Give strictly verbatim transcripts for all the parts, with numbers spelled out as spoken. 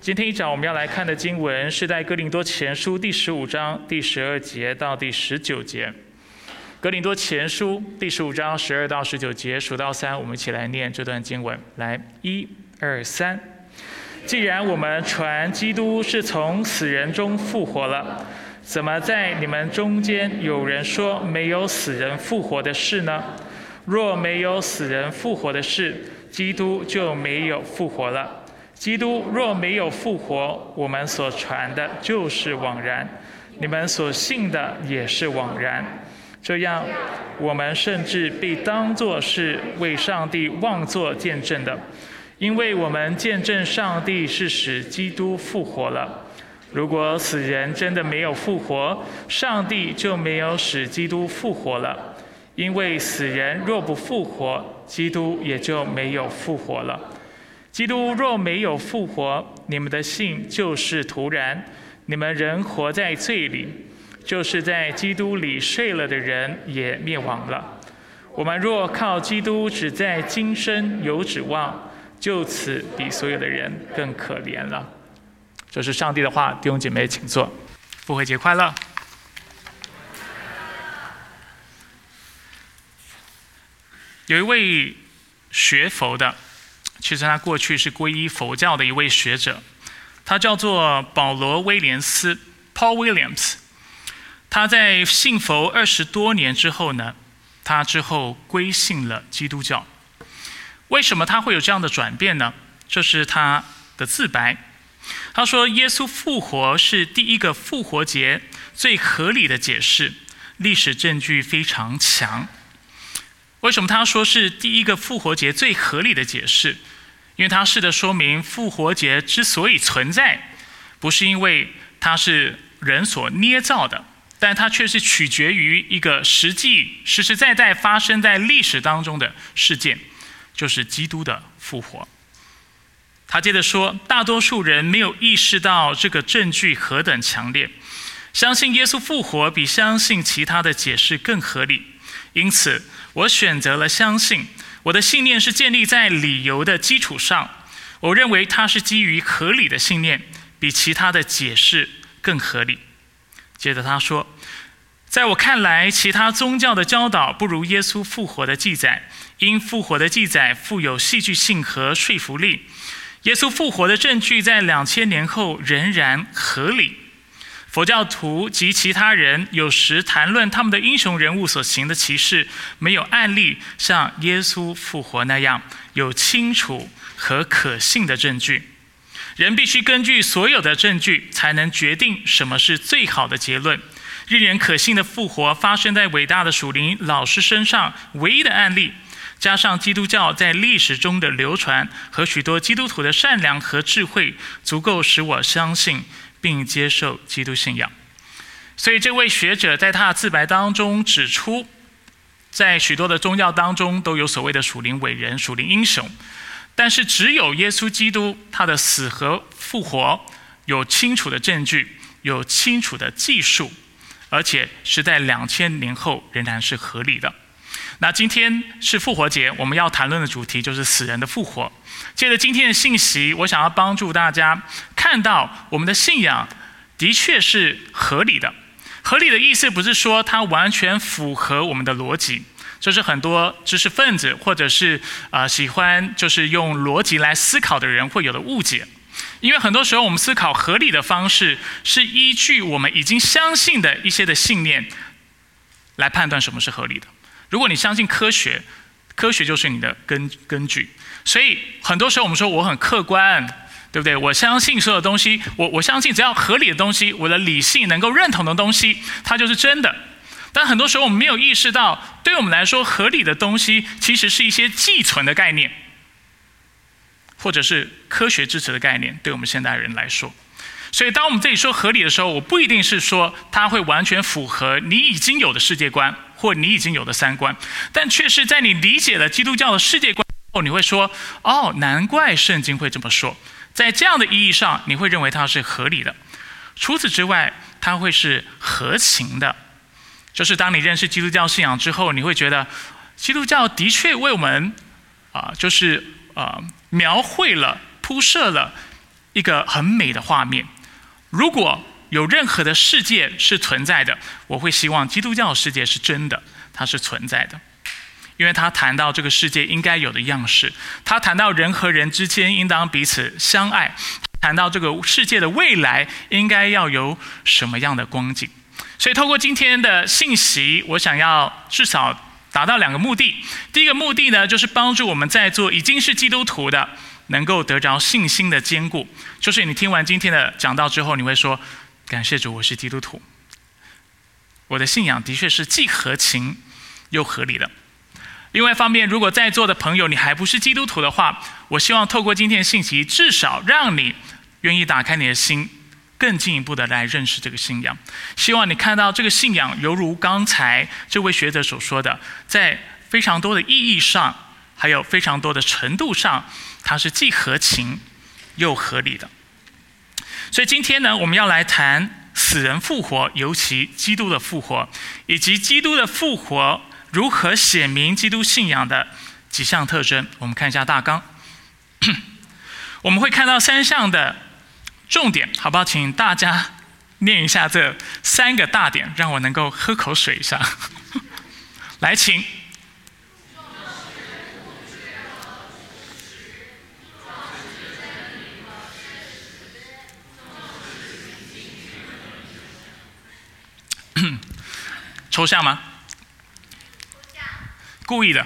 今天一早我们要来看的经文是在哥林多前书第十五章第十二节到第十九节。哥林多前书第十五章十二到十九节，数到三，我们一起来念这段经文。来，一、二、三。既然我们传基督是从死人中复活了，怎么在你们中间有人说没有死人复活的事呢？若没有死人复活的事，基督就没有复活了。基督若没有复活，我们所传的就是枉然，你们所信的也是枉然。这样，我们甚至被当作是为上帝妄作见证的，因为我们见证上帝是使基督复活了。如果死人真的没有复活，上帝就没有使基督复活了，因为死人若不复活，基督也就没有复活了。基督若没有复活，你们的信就是徒然，你们仍活在罪里，就是在基督里睡了的人也灭亡了。我们若靠基督只在今生有指望，就此比所有的人更可怜了。这是上帝的话，弟兄姐妹请坐。复活节快乐。有一位学佛的，其实他过去是皈依佛教的一位学者，他叫做保罗·威廉斯 （Paul Williams）。他在信佛二十多年之后呢，他之后归信了基督教。为什么他会有这样的转变呢？这是他的自白。他说，耶稣复活是第一个复活节最合理的解释，历史证据非常强。为什么他说是第一个复活节最合理的解释？因为他试着说明复活节之所以存在，不是因为它是人所捏造的，但它却是取决于一个实际实实在在发生在历史当中的事件，就是基督的复活。他接着说，大多数人没有意识到这个证据何等强烈，相信耶稣复活比相信其他的解释更合理，因此我选择了相信。我的信念是建立在理由的基础上，我认为它是基于合理的信念，比其他的解释更合理。接着他说，在我看来，其他宗教的教导不如耶稣复活的记载，因复活的记载富有戏剧性和说服力。耶稣复活的证据在两千年后仍然合理。佛教徒及其他人有时谈论他们的英雄人物所行的奇事，没有案例像耶稣复活那样有清楚和可信的证据。人必须根据所有的证据才能决定什么是最好的结论。令人可信的复活发生在伟大的属灵老师身上唯一的案例，加上基督教在历史中的流传和许多基督徒的善良和智慧，足够使我相信并接受基督信仰。所以这位学者在他的自白当中指出，在许多的宗教当中都有所谓的属灵伟人、属灵英雄，但是只有耶稣基督他的死和复活有清楚的证据，有清楚的记述，而且是在两千年后仍然是合理的。那今天是复活节，我们要谈论的主题就是死人的复活。借着今天的信息，我想要帮助大家看到我们的信仰的确是合理的。合理的意思不是说它完全符合我们的逻辑，这是很多知识分子或者是呃喜欢就是用逻辑来思考的人会有的误解。因为很多时候我们思考合理的方式是依据我们已经相信的一些的信念来判断什么是合理的。如果你相信科学，科学就是你的根根据。所以很多时候我们说我很客观，对不对？我相信所有东西，我我相信只要合理的东西，我的理性能够认同的东西，它就是真的。但很多时候我们没有意识到，对我们来说合理的东西其实是一些寄存的概念，或者是科学支持的概念，对我们现代人来说。所以当我们这里说合理的时候，我不一定是说它会完全符合你已经有的世界观或你已经有的三观，但却是在你理解了基督教的世界观后，你会说，哦，难怪圣经会这么说。在这样的意义上，你会认为它是合理的。除此之外，它会是合情的。就是当你认识基督教信仰之后，你会觉得基督教的确为我们啊、呃，就是啊、呃，描绘了、铺设了一一个很美的画面。如果有任何的世界是存在的，我会希望基督教世界是真的，它是存在的。因为他谈到这个世界应该有的样式，他谈到人和人之间应当彼此相爱，谈到这个世界的未来应该要有什么样的光景。所以透过今天的信息，我想要至少达到两个目的。第一个目的呢，就是帮助我们在座已经是基督徒的，能够得着信心的坚固。就是你听完今天的讲道之后，你会说，感谢主，我是基督徒，我的信仰的确是既合情又合理的。另外一方面，如果在座的朋友你还不是基督徒的话，我希望透过今天的信息，至少让你愿意打开你的心，更进一步的来认识这个信仰。希望你看到这个信仰犹如刚才这位学者所说的，在非常多的意义上，还有非常多的程度上，它是既合情又合理的。所以今天呢，我们要来谈死人复活，尤其基督的复活，以及基督的复活如何显明基督信仰的几项特征。我们看一下大纲，我们会看到三项的重点，好不好？请大家念一下这三个大点，让我能够喝口水一下。来，请。抽象吗？故意的，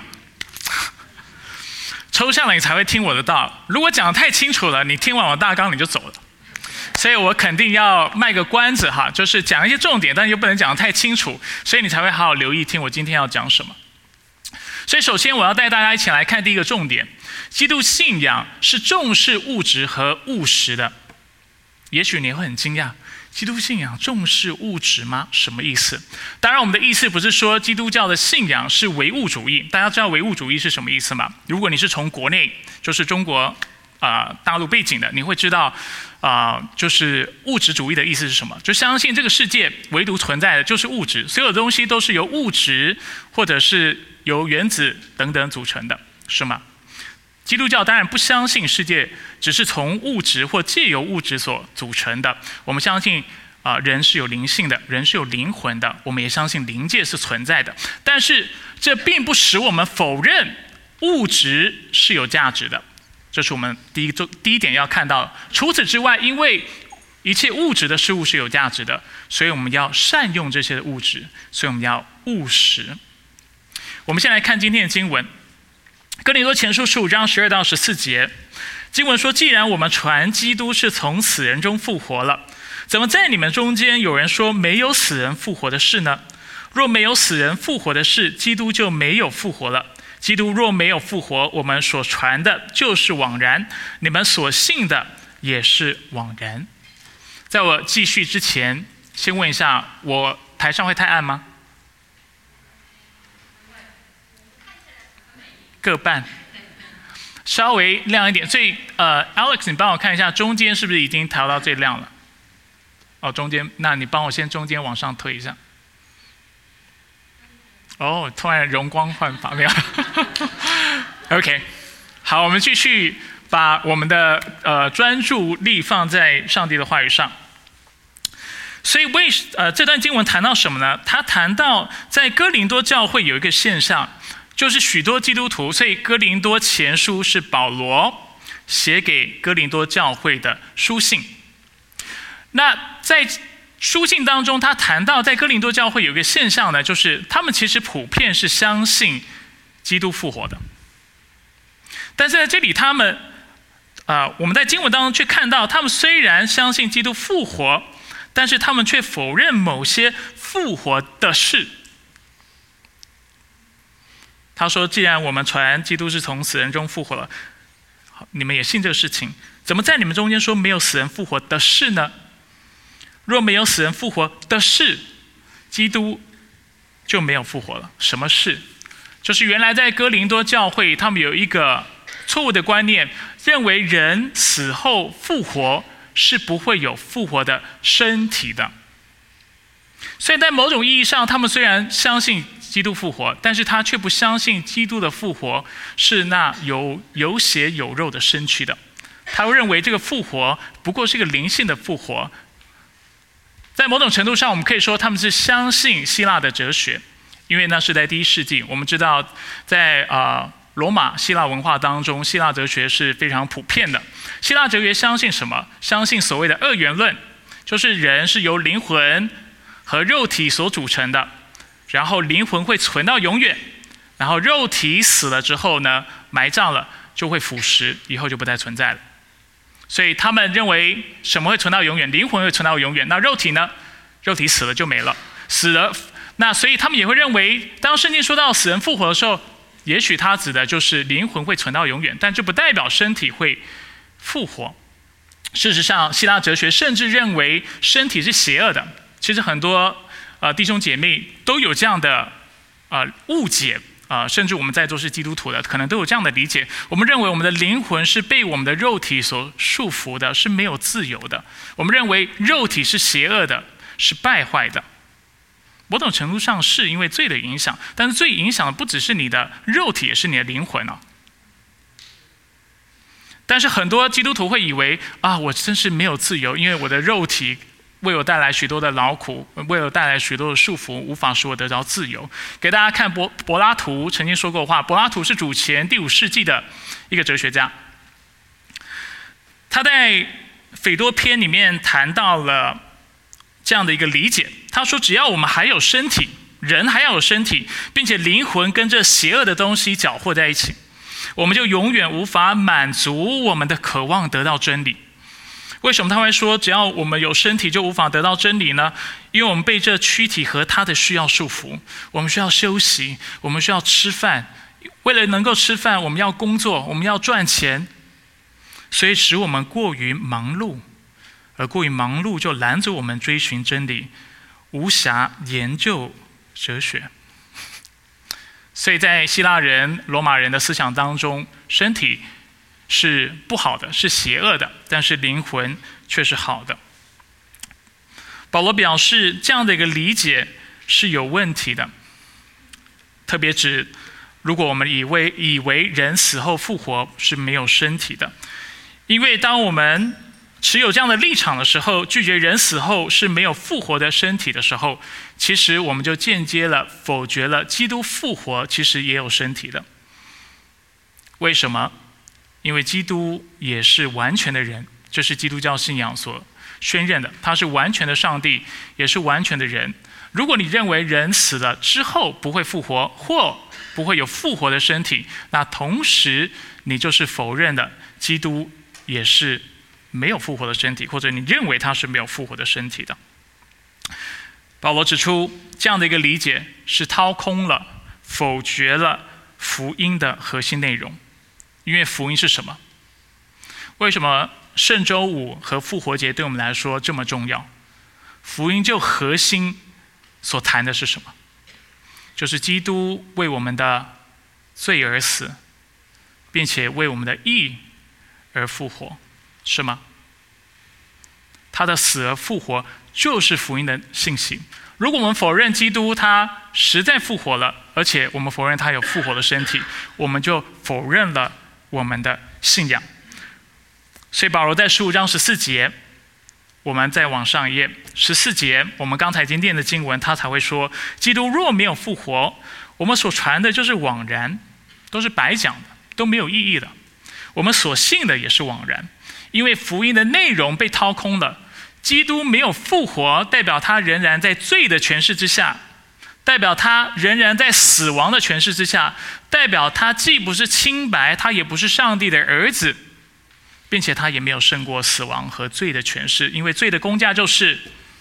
抽象了你才会听我的道。如果讲得太清楚了，你听完我大纲你就走了。所以我肯定要卖个关子哈，就是讲一些重点，但又不能讲得太清楚，所以你才会好好留意听我今天要讲什么。所以首先我要带大家一起来看第一个重点：基督信仰是重视物质和务实的。也许你会很惊讶，基督信仰重视物质吗？什么意思？当然我们的意思不是说基督教的信仰是唯物主义。大家知道唯物主义是什么意思吗？如果你是从国内，就是中国、呃、大陆背景的，你会知道、呃、就是物质主义的意思是什么？就相信这个世界唯独存在的就是物质，所有的东西都是由物质或者是由原子等等组成的，是吗？基督教当然不相信世界只是从物质或借由物质所组成的，我们相信、呃、人是有灵性的，人是有灵魂的，我们也相信灵界是存在的。但是这并不使我们否认物质是有价值的，这是我们第一第一点要看到。除此之外，因为一切物质的事物是有价值的，所以我们要善用这些物质，所以我们要务实。我们先来看今天的经文，哥林多前书十五章十二到十四节，经文说：既然我们传基督是从死人中复活了，怎么在你们中间有人说没有死人复活的事呢？若没有死人复活的事，基督就没有复活了。基督若没有复活，我们所传的就是枉然，你们所信的也是枉然。在我继续之前，先问一下，我台上会太暗吗？各半，稍微亮一点。所以呃 ，Alex， 你帮我看一下中间是不是已经调到最亮了？哦，中间，那你帮我先中间往上推一下。哦，突然容光焕发，没有？OK， 好，我们继续把我们的呃专注力放在上帝的话语上。所以为呃这段经文谈到什么呢？他谈到在哥林多教会有一个现象。就是许多基督徒，所以哥林多前书是保罗写给哥林多教会的书信。那在书信当中，他谈到在哥林多教会有一个现象呢，就是他们其实普遍是相信基督复活的，但是在这里他们，呃，我们在经文当中却看到，他们虽然相信基督复活，但是他们却否认某些复活的事。他说：既然我们传基督是从死人中复活了，你们也信这个事情，怎么在你们中间说没有死人复活的事呢？若没有死人复活的事，基督就没有复活了。什么事？就是原来在哥林多教会，他们有一个错误的观念，认为人死后复活是不会有复活的身体的。所以在某种意义上，他们虽然相信基督复活，但是他却不相信基督的复活是那有有血有肉的身躯的。 他认为这个复活不过是一个灵性的复活。在某种程度上，我们可以说他们是相信希腊的哲学，因为那是在第一世纪。我们知道在，在呃罗马希腊文化当中，希腊哲学是非常普遍的。希腊哲学相信什么？相信所谓的二元论，就是人是由灵魂和肉体所组成的，然后灵魂会存到永远，然后肉体死了之后呢，埋葬了就会腐蚀，以后就不再存在了。所以他们认为什么会存到永远？灵魂会存到永远。那肉体呢？肉体死了就没了，死了。那所以他们也会认为，当圣经说到死人复活的时候，也许他指的就是灵魂会存到永远，但这不代表身体会复活。事实上，希腊哲学甚至认为身体是邪恶的。其实很多呃弟兄姐妹都有这样的呃误解。呃，甚至我们在座是基督徒的，可能都有这样的理解。我们认为我们的灵魂是被我们的肉体所束缚的，是没有自由的。我们认为肉体是邪恶的，是败坏的。某种程度上是因为罪的影响，但是罪影响的不只是你的肉体，也是你的灵魂啊。但是很多基督徒会以为啊，我真是没有自由，因为我的肉体为我带来许多的劳苦，为我带来许多的束缚，无法使我得着自由。给大家看柏柏拉图曾经说过话，柏拉图是主前第五世纪的一个哲学家，他在斐多篇里面谈到了这样的一个理解，他说只要我们还有身体，人还要有身体，并且灵魂跟这邪恶的东西搅和在一起，我们就永远无法满足我们的渴望得到真理。为什么他会说只要我们有身体就无法得到真理呢？因为我们被这躯体和它的需要束缚，我们需要休息，我们需要吃饭，为了能够吃饭，我们要工作，我们要赚钱，所以使我们过于忙碌，而过于忙碌就拦阻我们追寻真理，无暇研究哲学。所以在希腊人、罗马人的思想当中，身体是不好的，是邪恶的，但是灵魂却是好的。保罗表示这样的一个理解是有问题的，特别指如果我们以为以为人死后复活是没有身体的，因为当我们持有这样的立场的时候，拒绝人死后是没有复活的身体的时候，其实我们就间接了否决了基督复活其实也有身体的。为什么？因为基督也是完全的人，这是基督教信仰所宣认的，他是完全的上帝，也是完全的人。如果你认为人死了之后不会复活，或不会有复活的身体，那同时你就是否认了基督也是没有复活的身体，或者你认为他是没有复活的身体的。保罗指出，这样的一个理解是掏空了、否决了福音的核心内容。因为福音是什么？为什么圣周五和复活节对我们来说这么重要？福音就核心所谈的是什么？就是基督为我们的罪而死，并且为我们的义而复活，是吗？他的死而复活就是福音的信息。如果我们否认基督他实在复活了，而且我们否认他有复活的身体，我们就否认了我们的信仰。所以保罗在十五章十四节，我们再往上一页，十四节我们刚才已经念的经文，他才会说，基督若没有复活，我们所传的就是枉然，都是白讲的，都没有意义的。我们所信的也是枉然，因为福音的内容被掏空了。基督没有复活，代表他仍然在罪的权势之下，代表他仍然在死亡的权势之下，代表他既不是清白，他也不是上帝的儿子，并且他也没有胜过死亡和罪的权势，因为罪的工价就是，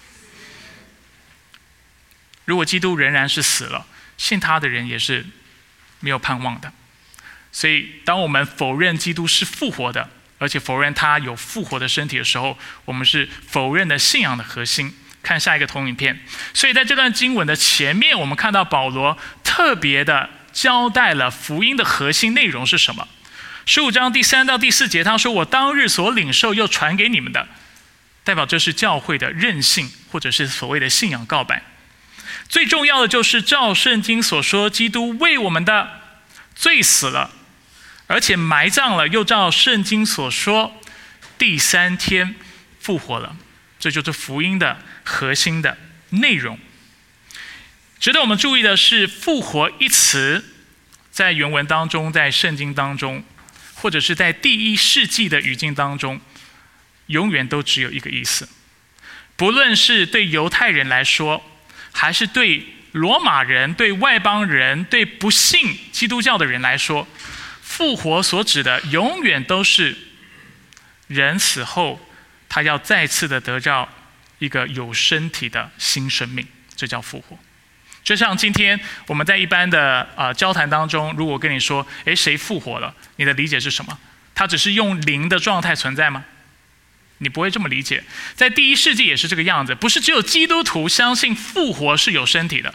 如果基督仍然是死了，信他的人也是没有盼望的。所以当我们否认基督是复活的，而且否认他有复活的身体的时候，我们是否认的信仰的核心。看下一个投影片。所以在这段经文的前面，我们看到保罗特别的交代了福音的核心内容是什么。十五章第三到第四节，他说，我当日所领受又传给你们的，代表这是教会的任性，或者是所谓的信仰告白。最重要的就是照圣经所说，基督为我们的罪死了，而且埋葬了，又照圣经所说， 第三天复活了。这就是福音的核心的内容。值得我们注意的是，复活一词在原文当中，在圣经当中，或者是在第一世纪的语境当中，永远都只有一个意思。不论是对犹太人来说，还是对罗马人、对外邦人、对不信基督教的人来说，复活所指的永远都是人死后他要再次的得到一个有身体的新生命，这叫复活。就像今天我们在一般的呃交谈当中，如果跟你说，诶，谁复活了？你的理解是什么？他只是用灵的状态存在吗？你不会这么理解。在第一世纪也是这个样子，不是只有基督徒相信复活是有身体的，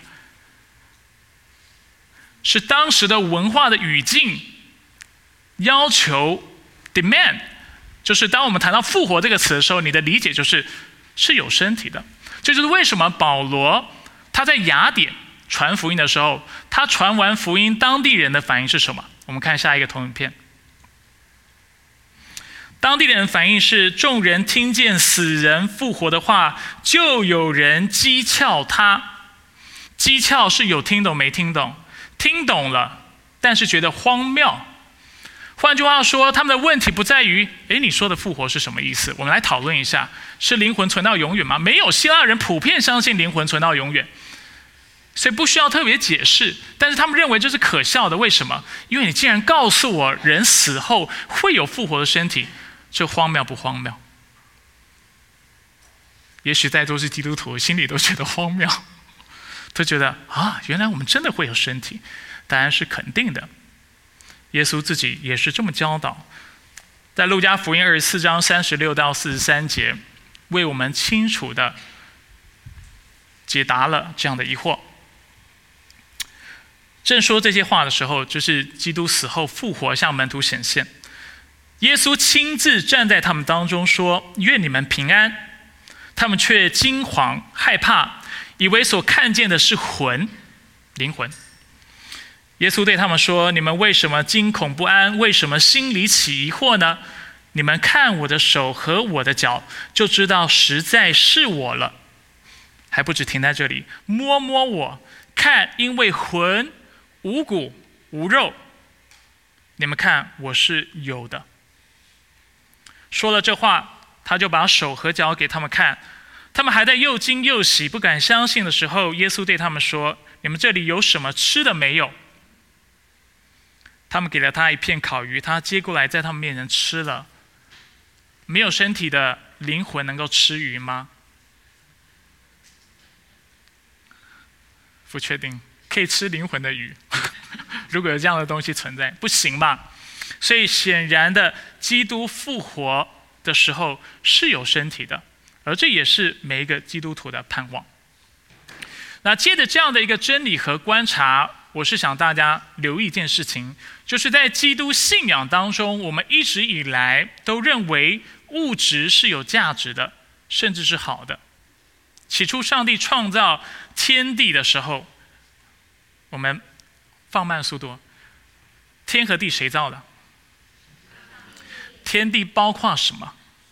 是当时的文化的语境要求 demand， 就是当我们谈到复活这个词的时候，你的理解就是是有身体的。这就是为什么保罗他在雅典传福音的时候，他传完福音，当地人的反应是什么？我们看下一个投影片。当地人反应是，众人听见死人复活的话，就有人讥诮他。讥诮是有听懂没听懂，听懂了，但是觉得荒谬。换句话说，他们的问题不在于，诶，你说的复活是什么意思？我们来讨论一下，是灵魂存到永远吗？没有，希腊人普遍相信灵魂存到永远，所以不需要特别解释。但是他们认为这是可笑的，为什么？因为你既然告诉我人死后会有复活的身体，这荒谬不荒谬？也许在座是基督徒，心里都觉得荒谬，都觉得啊，原来我们真的会有身体。答案是肯定的。耶稣自己也是这么教导，在路加福音二十四章三十六到四十三节，为我们清楚的解答了这样的疑惑。正说这些话的时候，就是基督死后复活向门徒显现，耶稣亲自站在他们当中说：“愿你们平安。”他们却惊惶害怕，以为所看见的是魂，灵魂。耶稣对他们说：“你们为什么惊恐不安？为什么心里起疑惑呢？你们看我的手和我的脚，就知道实在是我了。还不止停在这里，摸摸我，看，因为魂无骨无肉，你们看我是有的。”说了这话，他就把手和脚给他们看。他们还在又惊又喜不敢相信的时候，耶稣对他们说：“你们这里有什么吃的没有？”他们给了他一片烤鱼，他接过来在他们面前吃了。没有身体的灵魂能够吃鱼吗？不确定，可以吃灵魂的鱼。如果有这样的东西存在，不行吧？所以显然的，基督复活的时候是有身体的，而这也是每一个基督徒的盼望。那接着这样的一个真理和观察，我是想大家留意一件事情，就是在基督信仰当中，我们一直以来都认为物质是有价值的，甚至是好的。起初上帝创造天地的时候，我们放慢速度，天和地谁造的？天地包括什么？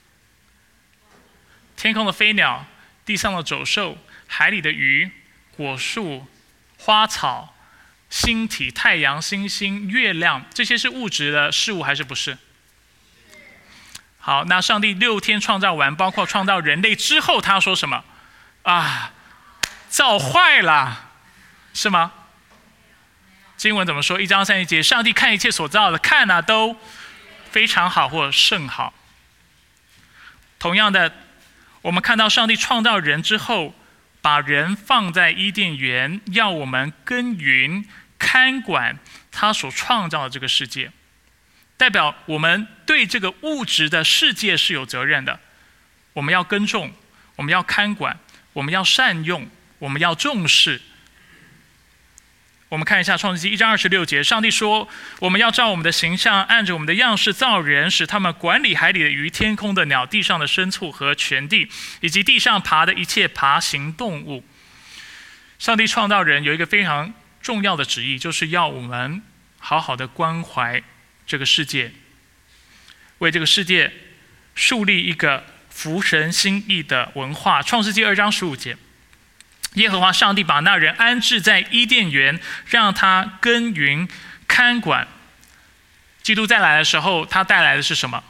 天空的飞鸟，地上的走兽，海里的鱼，果树，花草，星体，太阳、星星、月亮，这些是物质的事物还是不是？好，那上帝六天创造完，包括创造人类之后，他说什么？啊，造坏了，是吗？经文怎么说？一章三十节，上帝看一切所造的，看啊，都非常好或甚好。同样的，我们看到上帝创造人之后，把人放在伊甸园，要我们耕耘看管他所创造的这个世界，代表我们对这个物质的世界是有责任的。我们要耕种，我们要看管，我们要善用，我们要重视。我们看一下创世纪一章二十六节，上帝说：“我们要照我们的形象，按着我们的样式造人，使他们管理海里的鱼、天空的鸟、地上的牲畜和全地，以及地上爬的一切爬行动物。”上帝创造人有一个非常重要的旨意，就是要我们好好的关怀这个世界，为这个世界树立一个服神心意的文化。创世纪二章十五节，耶和华上帝把那人安置在伊甸园，让他耕耘看管。基督再来的时候，他带来的是什么？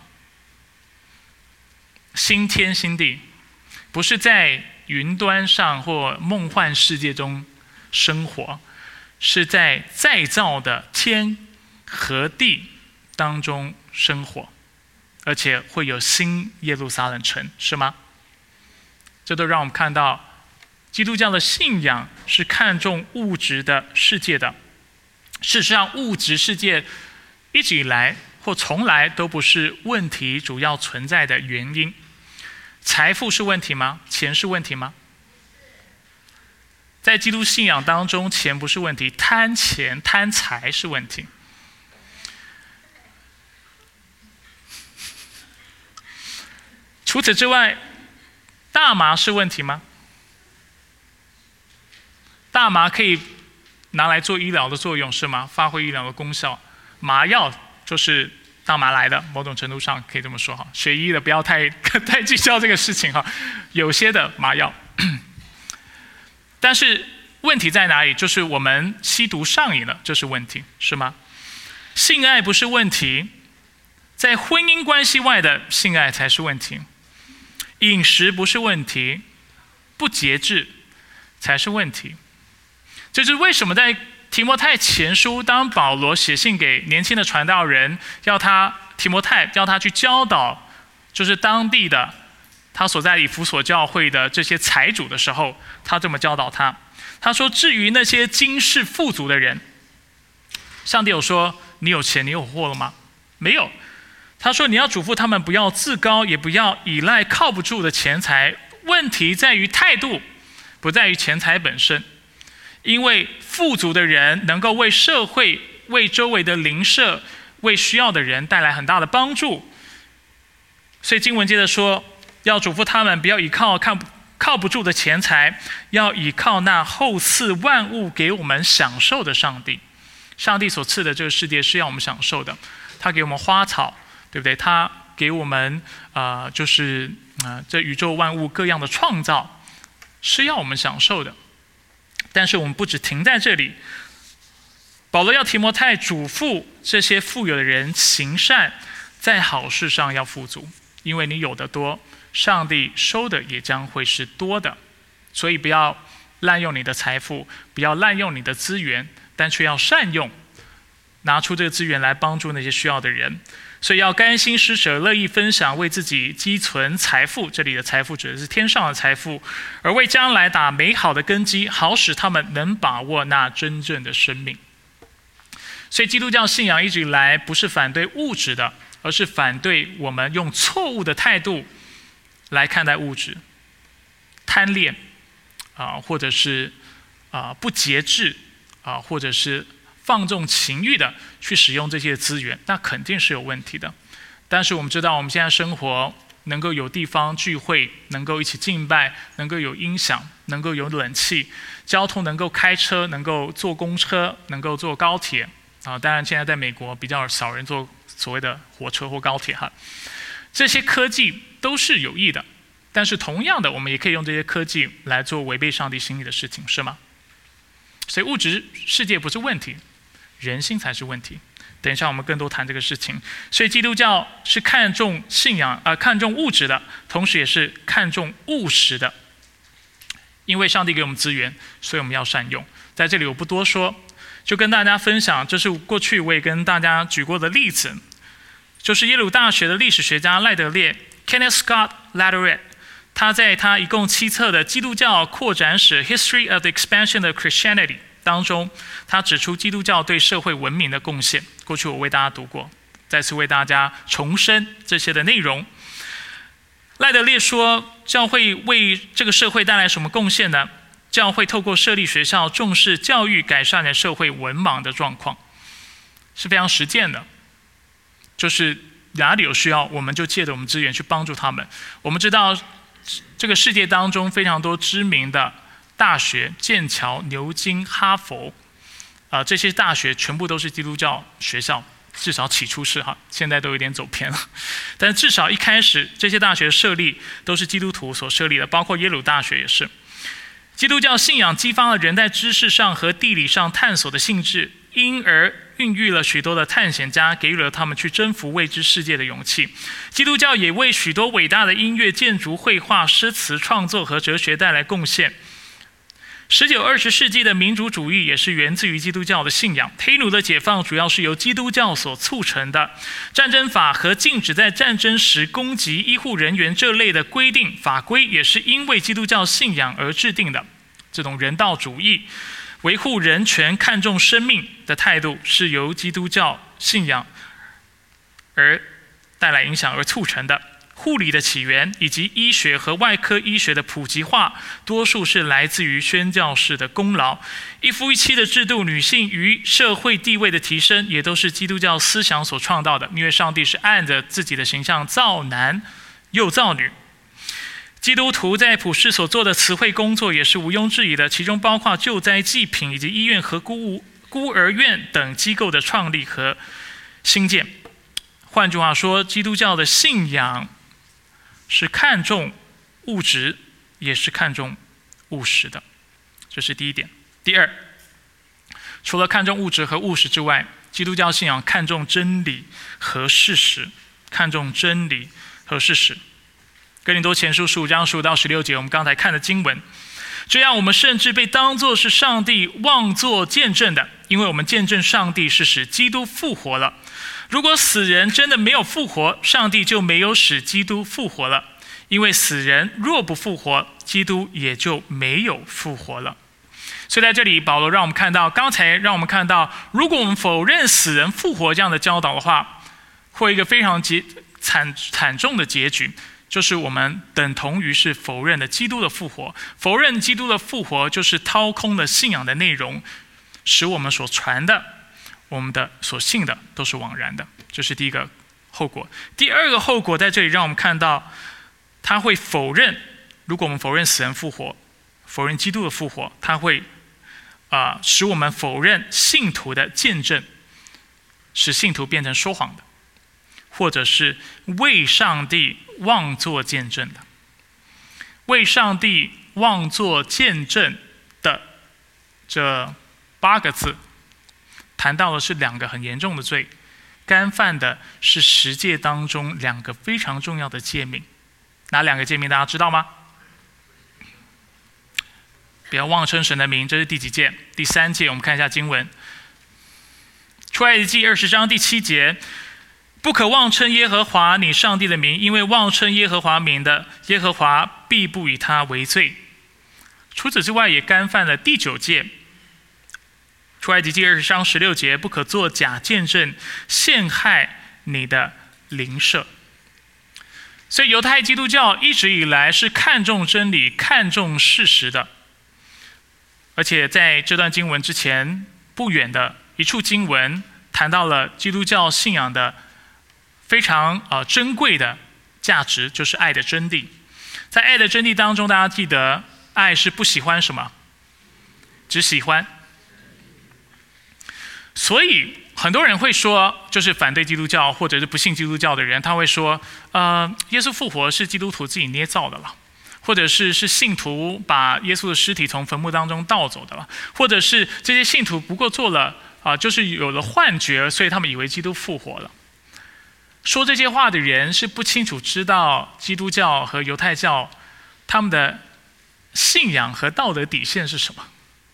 新天新地，不是在云端上或梦幻世界中生活，是在再造的天和地当中生活，而且会有新耶路撒冷城，是吗？这都让我们看到基督教的信仰是看重物质的世界的。事实上，物质世界一直以来或从来都不是问题主要存在的原因。财富是问题吗？钱是问题吗？在基督信仰当中，钱不是问题，贪钱贪财是问题。除此之外，大麻是问题吗？大麻可以拿来做医疗的作用，是吗？发挥医疗的功效。麻药就是大麻来的，某种程度上可以这么说哈。学医的不要太太计较这个事情哈。有些的麻药，但是问题在哪里？就是我们吸毒上瘾了，这是问题，是吗？性爱不是问题，在婚姻关系外的性爱才是问题。饮食不是问题，不节制才是问题。这就是为什么在提摩太前书，当保罗写信给年轻的传道人，要他提摩太要他去教导，就是当地的他所在以弗所教会的这些财主的时候，他这么教导他。他说：“至于那些今世富足的人，上帝有说你有钱你有货了吗？没有。他说你要嘱咐他们不要自高，也不要依赖靠不住的钱财。问题在于态度，不在于钱财本身。因为富足的人能够为社会、为周围的邻舍、为需要的人带来很大的帮助。所以经文接着说，要嘱咐他们不要依靠看靠不住的钱财，要依靠那厚赐万物给我们享受的上帝。上帝所赐的这个世界是要我们享受的，他给我们花草，对不对？他给我们呃，就是呃，这宇宙万物各样的创造是要我们享受的。但是我们不只停在这里，保罗要提摩太嘱咐这些富有的人行善，在好事上要富足，因为你有的多，上帝收的也将会是多的。所以不要滥用你的财富，不要滥用你的资源，但却要善用，拿出这个资源来帮助那些需要的人。所以要甘心施舍，乐意分享，为自己积存财富，这里的财富指的是天上的财富，而为将来打美好的根基，好使他们能把握那真正的生命。所以基督教信仰一直以来不是反对物质的，而是反对我们用错误的态度来看待物质，贪恋啊、呃，或者是啊、呃、不节制啊、呃，或者是放纵情欲的去使用这些资源，那肯定是有问题的。但是我们知道，我们现在生活能够有地方聚会，能够一起敬拜，能够有音响，能够有冷气，交通能够开车，能够坐公车，能够坐高铁啊。当然，现在在美国比较少人坐所谓的火车或高铁哈。这些科技都是有益的，但是同样的，我们也可以用这些科技来做违背上帝心意的事情，是吗？所以物质世界不是问题，人心才是问题。等一下我们更多谈这个事情。所以基督教是看重信仰，呃，看重物质的，同时也是看重务实的。因为上帝给我们资源，所以我们要善用。在这里我不多说，就跟大家分享，这是过去我也跟大家举过的例子，就是耶鲁大学的历史学家赖德烈 Kenneth Scott Latourette， 他在他一共七册的基督教扩展史 History of the Expansion of Christianity当中，他指出基督教对社会文明的贡献。过去我为大家读过，再次为大家重申这些的内容。赖德烈说，教会为这个社会带来什么贡献呢？教会透过设立学校，重视教育，改善了社会文盲的状况，是非常实践的。就是哪里有需要，我们就借着我们资源去帮助他们。我们知道，这个世界当中非常多知名的大学，剑桥、牛津、哈佛，啊、呃，这些大学全部都是基督教学校， 至少起初是哈，现在都有点走偏了。但至少一开始，这些大学设立都是基督徒所设立的，包括耶鲁大学也是。基督教信仰激发了人在知识上和地理上探索的兴致，因而孕育了许多的探险家，给予了他们去征服未知世界的勇气。基督教也为许多伟大的音乐、建筑、绘画、诗词创作和哲学带来贡献。十九、二十世纪的民主主义也是源自于基督教的信仰。黑奴的解放主要是由基督教所促成的。战争法和禁止在战争时攻击医护人员这类的规定法规，也是因为基督教信仰而制定的。这种人道主义、维护人权、看重生命的态度，是由基督教信仰而带来影响而促成的。护理的起源以及医学和外科医学的普及化，多数是来自于宣教士的功劳。一夫一妻的制度，女性与社会地位的提升，也都是基督教思想所创造的。因为上帝是按着自己的形象造男又造女。基督徒在普世所做的慈惠工作也是毋庸置疑的，其中包括救灾济贫以及医院和孤孤儿院等机构的创立和兴建。换句话说，基督教的信仰是看重物质，也是看重务实的，这是第一点。第二，除了看重物质和务实之外，基督教信仰看重真理和事实，看重真理和事实。哥林多前书十五章十五到十六节，我们刚才看的经文，这样我们甚至被当作是上帝妄作见证的，因为我们见证上帝是使基督复活了。如果死人真的没有复活，上帝就没有使基督复活了，因为死人若不复活，基督也就没有复活了。所以在这里，保罗让我们看到，刚才让我们看到，如果我们否认死人复活这样的教导的话，会有一个非常惨惨重的结局，就是我们等同于是否认了基督的复活。否认基督的复活，就是掏空了信仰的内容，使我们所传的、我们的所信的都是枉然的。这是第一个后果。第二个后果在这里让我们看到，他会否认，如果我们否认死人复活，否认基督的复活，他会啊、呃、使我们否认信徒的见证，使信徒变成说谎的，或者是为上帝妄作见证的。为上帝妄作见证的这八个字，谈到的是两个很严重的罪，干犯的是十诫当中两个非常重要的诫命。哪两个诫命大家知道吗？不要妄称神的名，这是第几诫？第三诫。我们看一下经文，出埃及记二十章第七节，不可妄称耶和华你上帝的名，因为妄称耶和华名的，耶和华必不以他为罪。除此之外，也干犯了第九诫，出埃及记二十章十六节，不可作假见证，陷害你的邻舍。所以犹太基督教一直以来是看重真理、看重事实的。而且在这段经文之前不远的一处经文，谈到了基督教信仰的非常呃珍贵的价值，就是爱的真谛。在爱的真谛当中，大家记得，爱是不喜欢什么？只喜欢。所以很多人会说，就是反对基督教或者是不信基督教的人，他会说，呃，耶稣复活是基督徒自己捏造的了。或者是是信徒把耶稣的尸体从坟墓当中盗走的了，或者是这些信徒不过做了啊、呃，就是有了幻觉，所以他们以为基督复活了。说这些话的人是不清楚知道基督教和犹太教他们的信仰和道德底线是什么。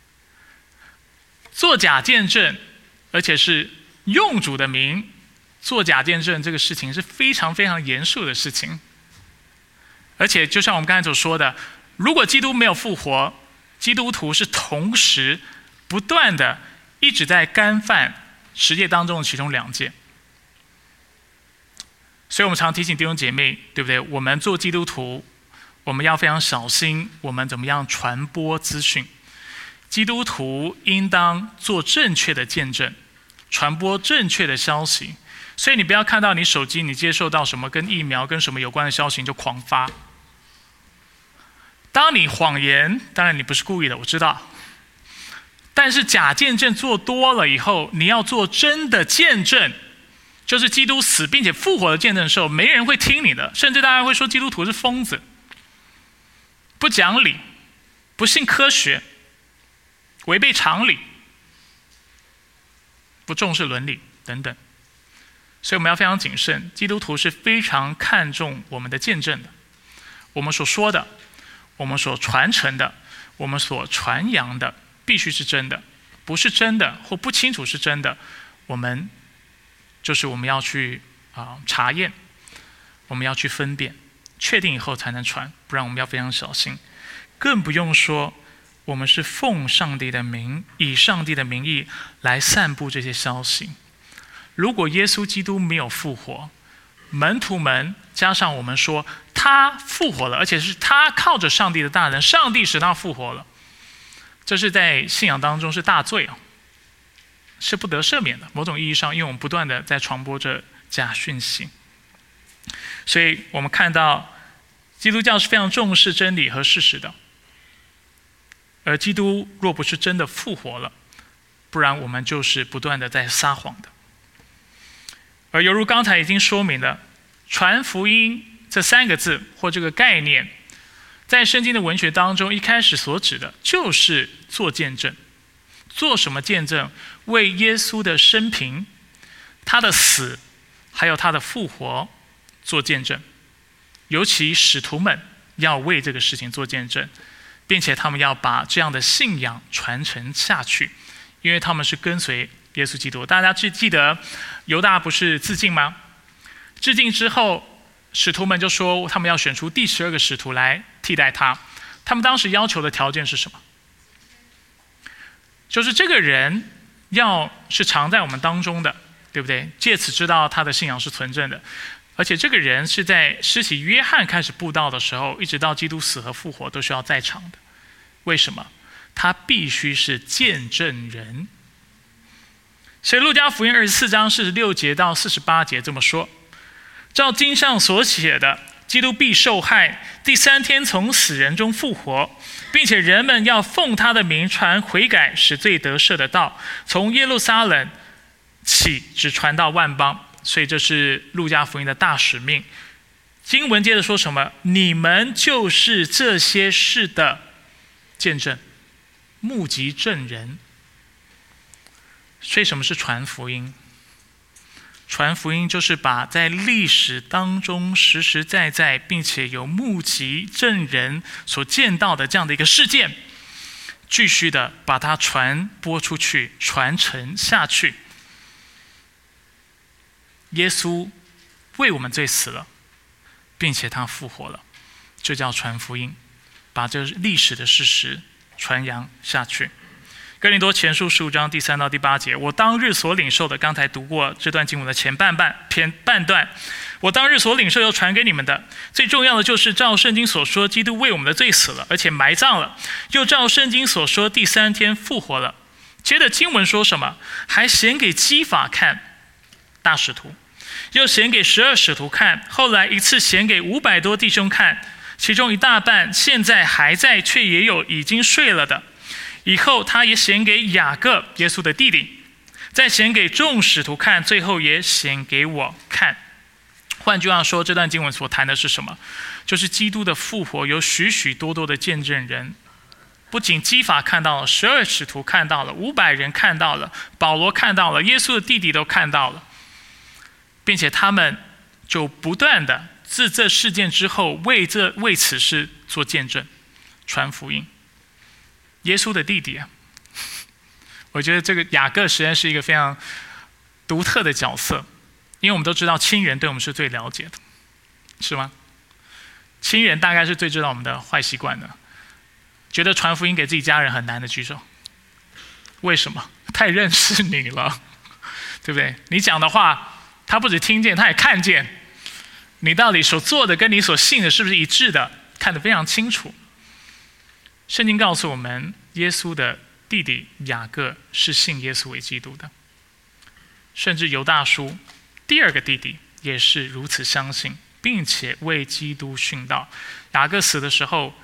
作假见证，而且是用主的名作假见证，这个事情是非常非常严肃的事情。而且就像我们刚才所说的，如果基督没有复活，基督徒是同时不断的一直在干犯十诫当中的其中两诫。所以我们常提醒弟兄姐妹，对不对？我们做基督徒，我们要非常小心我们怎么样传播资讯。基督徒应当做正确的见证，传播正确的消息。所以你不要看到你手机你接受到什么跟疫苗跟什么有关的消息，你就狂发。当你谎言，当然你不是故意的，我知道。但是假见证做多了以后，你要做真的见证， 就是基督死并且复活的见证的时候，没人会听你的，甚至大家会说基督徒是疯子，不讲理，不信科学，违背常理，不重视伦理等等。所以我们要非常谨慎，基督徒是非常看重我们的见证的，我们所说的，我们所传承的，我们所传扬的必须是真的，不是真的或不清楚是真的，我们就是我们要去啊、呃、查验，我们要去分辨，确定以后才能传，不然我们要非常小心。更不用说我们是奉上帝的名，以上帝的名义来散布这些消息。如果耶稣基督没有复活，门徒们加上我们说他复活了，而且是他靠着上帝的大能，上帝使他复活了，这是在信仰当中是大罪啊，是不得赦免的。某种意义上，因为我们不断的在传播着假讯息，所以我们看到基督教是非常重视真理和事实的。而基督若不是真的复活了，不然我们就是不断的在撒谎的。而犹如刚才已经说明的，传福音这三个字或这个概念，在圣经的文学当中，一开始所指的就是做见证。做什么见证？为耶稣的生平、他的死，还有他的复活做见证。尤其使徒们要为这个事情做见证，并且他们要把这样的信仰传承下去，因为他们是跟随耶稣基督。大家记记得犹大不是自尽吗？自尽之后，使徒们就说他们要选出第十二个使徒来替代他。他们当时要求的条件是什么？就是这个人要是常在我们当中的，对不对？借此知道他的信仰是纯正的。而且这个人是在施洗约翰开始布道的时候，一直到基督死和复活都需要在场的。为什么？他必须是见证人。所以路加福音二十四章四十六节到四十八节这么说：照经上所写的，基督必受害，第三天从死人中复活，并且人们要奉他的名传悔改使罪得赦的道，从耶路撒冷起，直传到万邦。所以这是路加福音的大使命。经文接着说什么？你们就是这些事的见证，目击证人。所以什么是传福音？传福音就是把在历史当中实实在在并且有目击证人所见到的这样的一个事件，继续的把它传播出去，传承下去。耶稣为我们罪死了，并且他复活了，这叫传福音，把这历史的事实传扬下去。哥林多前书十五章第三到第八节，我当日所领受的，刚才读过这段经文的前半半偏半段，我当日所领受又传给你们的，最重要的就是照圣经所说，基督为我们的罪死了，而且埋葬了，又照圣经所说，第三天复活了。接着经文说什么？还显给基法看，大使徒，又显给十二使徒看，后来一次显给五百多弟兄看，其中一大半现在还在，却也有已经睡了的。以后他也显给雅各，耶稣的弟弟，再显给众使徒看，最后也显给我看。换句话说，这段经文所谈的是什么？就是基督的复活有许许多多的见证人，不仅基法看到了，十二使徒看到了，五百人看到了，保罗看到了，耶稣的弟弟都看到了，并且他们就不断的自这事件之后为这为此事做见证，传福音。耶稣的弟弟啊，我觉得这个雅各实在是一个非常独特的角色，因为我们都知道亲人对我们是最了解的，是吗？亲人大概是最知道我们的坏习惯的。觉得传福音给自己家人很难的举手。为什么？太认识你了，对不对？你讲的话他不只听见，他也看见，你到底所做的跟你所信的是不是一致的，看得非常清楚。圣经告诉我们，耶稣的弟弟雅各是信耶稣为基督的，甚至犹大叔第二个弟弟也是如此相信，并且为基督殉道。雅各死的时候，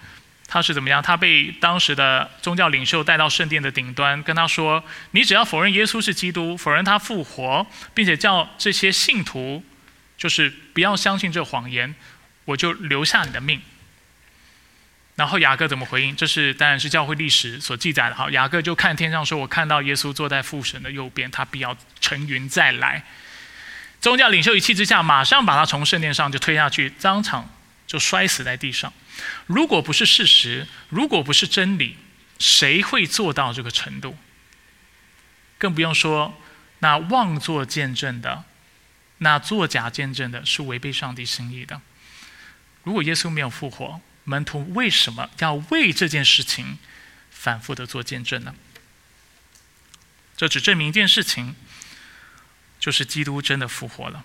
他是怎么样？他被当时的宗教领袖带到圣殿的顶端，跟他说：“你只要否认耶稣是基督，否认他复活，并且叫这些信徒就是不要相信这谎言，我就留下你的命。”然后雅各怎么回应？这是当然是教会历史所记载的。好，雅各就看天上说：“我看到耶稣坐在父神的右边，他必要乘云再来。”宗教领袖一气之下，马上把他从圣殿上就推下去，当场就摔死在地上。如果不是事实，如果不是真理，谁会做到这个程度？更不用说那妄作见证的，那作假见证的，是违背上帝心意的。如果耶稣没有复活，门徒为什么要为这件事情反复的做见证呢？这只证明一件事情，就是基督真的复活了。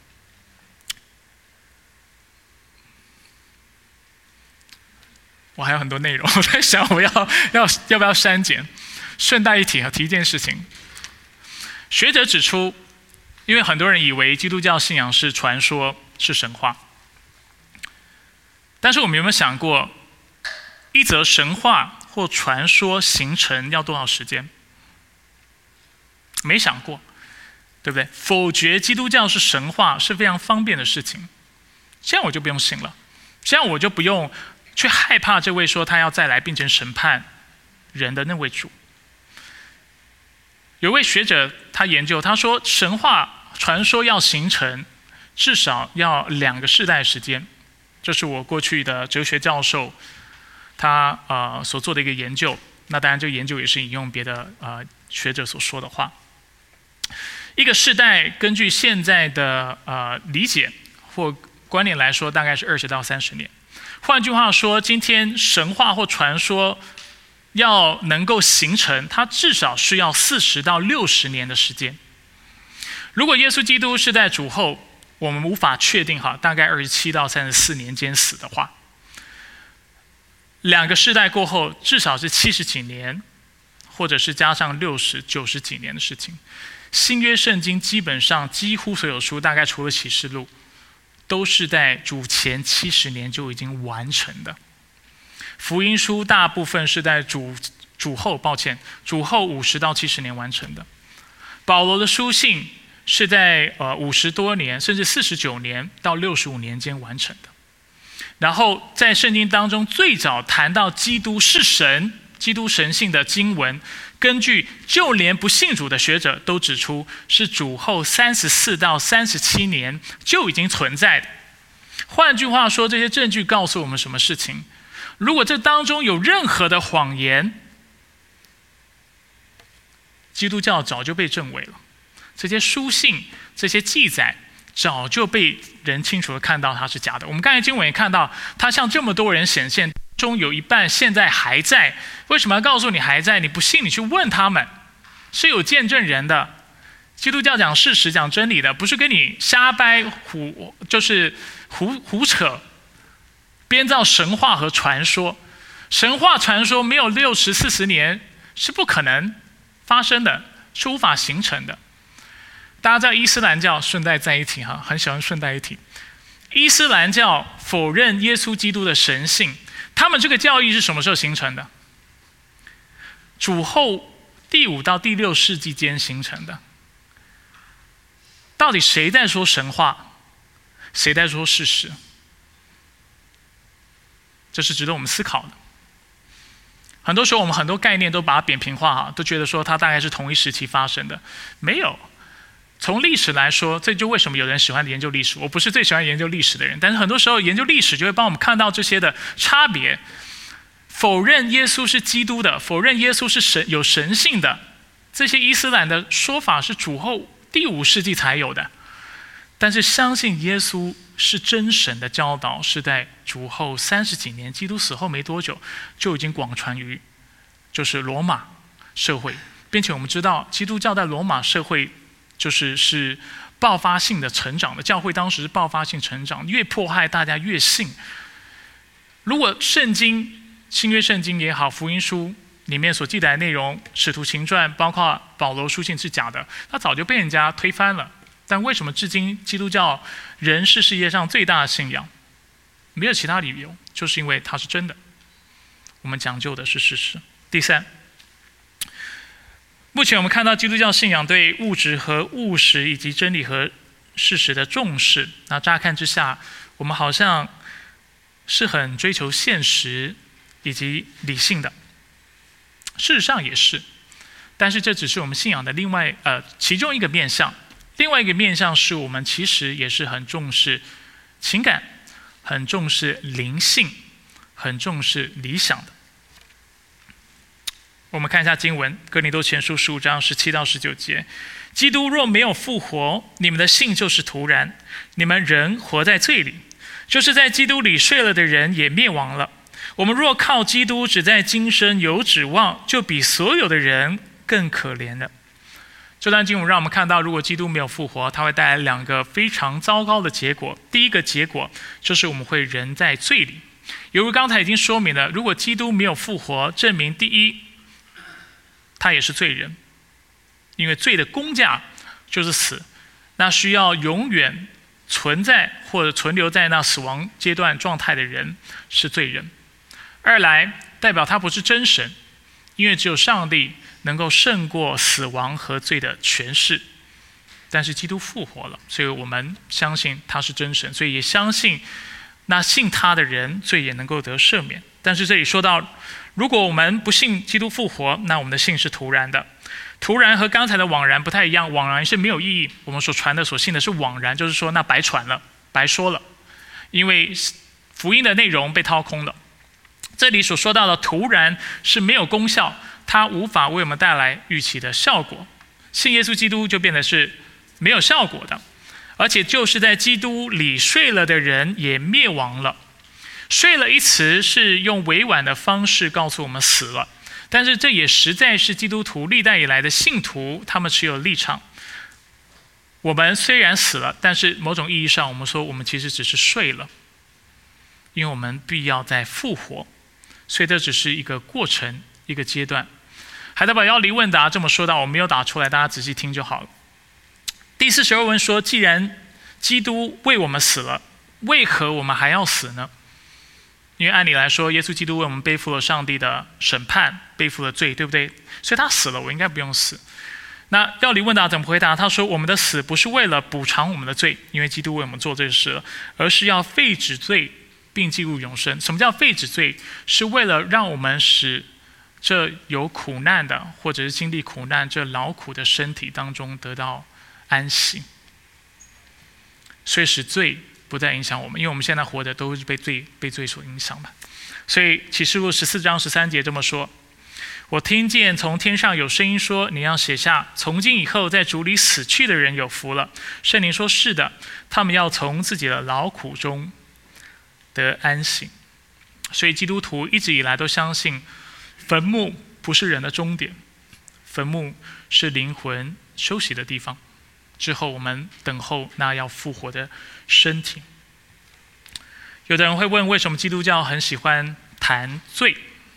我还有很多内容，我在想我要要要不要删减。顺带一提，提一件事情，学者指出，因为很多人以为基督教信仰是传说，是神话，但是我们有没有想过，一则神话或传说形成要多少时间？没想过，对不对？否决基督教是神话是非常方便的事情，这样我就不用信了，这样我就不用去害怕这位说他要再来并且审判人的那位主。有位学者他研究，他说神话传说要形成至少要两个世代时间，这是我过去的哲学教授他呃所做的一个研究。那当然这个研究也是引用别的呃学者所说的话。一个世代根据现在的呃理解或观念来说，大概是二十到三十年。换句话说，今天神话或传说要能够形成，它至少需要四十到六十年的时间。如果耶稣基督是在主后，我们无法确定哈，大概二十七到三十四年间死的话，两个世代过后，至少是七十几年，或者是加上六十、九十几年的事情。新约圣经基本上几乎所有书，大概除了启示录，都是在主前七十年就已经完成的。福音书大部分是在主主后，抱歉，主后五十到七十年完成的。保罗的书信是在呃五十多年，甚至四十九年到六十五年间完成的。然后在圣经当中最早谈到基督是神、基督神性的经文，根据就连不信主的学者都指出，是主后三十四到三十七年就已经存在的。换句话说，这些证据告诉我们什么事情？如果这当中有任何的谎言，基督教早就被证伪了。这些书信、这些记载早就被人清楚的看到它是假的。我们刚才经文也看到，它向这么多人显现，中有一半现在还在。为什么要告诉你还在？你不信，你去问他们，是有见证人的。基督教讲事实、讲真理的，不是跟你瞎掰胡，就是胡胡扯、编造神话和传说。神话传说没有六十、四十年是不可能发生的，是无法形成的。大家知道伊斯兰教，顺带在一起哈，很喜欢顺带一提。伊斯兰教否认耶稣基督的神性，他们这个教义是什么时候形成的？主后第五到第六世纪间形成的。到底谁在说神话，谁在说事实？这是值得我们思考的。很多时候我们很多概念都把它扁平化哈，都觉得说它大概是同一时期发生的，没有。从历史来说，这就为什么有人喜欢研究历史。我不是最喜欢研究历史的人，但是很多时候研究历史就会帮我们看到这些的差别。否认耶稣是基督的，否认耶稣是神有神性的，这些伊斯兰的说法是主后第五世纪才有的。但是相信耶稣是真神的教导，是在主后三十几年，基督死后没多久就已经广传于就是罗马社会，并且我们知道基督教在罗马社会就是是爆发性的成长的，教会当时是爆发性成长，越迫害大家越信。如果圣经、新约圣经也好，福音书里面所记载的内容，使徒行传包括保罗书信是假的，它早就被人家推翻了。但为什么至今基督教仍是世界上最大的信仰？没有其他理由，就是因为它是真的。 我们讲究的是事实。第三，目前我们看到基督教信仰对物质和务实以及真理和事实的重视，那乍看之下，我们好像是很追求现实以及理性的，事实上也是，但是这只是我们信仰的另外呃其中一个面向。另外一个面向是我们其实也是很重视情感，很重视灵性，很重视理想的。我们看一下经文，哥林多前书十五章十七到十九节：基督若没有复活，你们的信就是徒然，你们仍活在罪里，就是在基督里睡了的人也灭亡了。我们若靠基督只在今生有指望，就比所有的人更可怜了。这段经文让我们看到，如果基督没有复活，它会带来两个非常糟糕的结果。第一个结果就是我们会人在罪里，犹如刚才已经说明了，如果基督没有复活，证明第一，他也是罪人，因为罪的工价就是死，那需要永远存在或者存留在那死亡阶段状态的人是罪人。二来，代表他不是真神，因为只有上帝能够胜过死亡和罪的权势。但是基督复活了，所以我们相信他是真神，所以也相信那信他的人罪也能够得赦免。但是这里说到，如果我们不信基督复活，那我们的信是徒然的。徒然和刚才的枉然不太一样，枉然是没有意义，我们所传的所信的是枉然，就是说那白传了，白说了，因为福音的内容被掏空了。这里所说到的徒然是没有功效，它无法为我们带来预期的效果。信耶稣基督就变得是没有效果的，而且就是在基督里睡了的人也灭亡了。睡了一词是用委婉的方式告诉我们死了，但是这也实在是基督徒历代以来的信徒他们持有立场。我们虽然死了，但是某种意义上我们说我们其实只是睡了，因为我们必要再复活，所以这只是一个过程，一个阶段。海德堡要离问答这么说到，我没有打出来，大家仔细听就好了。第四十二问说，既然基督为我们死了，为何我们还要死呢？因为按理来说，耶稣基督为我们背负了上帝的审判，背负了罪，对不对？所以他死了，我应该不用死。那要离问答怎么回答？他说，我们的死不是为了补偿我们的罪，因为基督为我们做这事了，而是要废止罪并进入永生。什么叫废止罪？是为了让我们使这有苦难的，或者是经历苦难这劳苦的身体当中得到安息，所以使罪不再影响我们，因为我们现在活的都是被罪被罪所影响嘛。所以启示录十四章十三节这么说：我听见从天上有声音说，你要写下，从今以后在主里死去的人有福了。圣灵说，是的，他们要从自己的劳苦中得安息。所以基督徒一直以来都相信，坟墓不是人的终点，坟墓是灵魂休息的地方，之后我们等候那要复活的身体。有的人会问，为什么基督教很喜欢谈罪？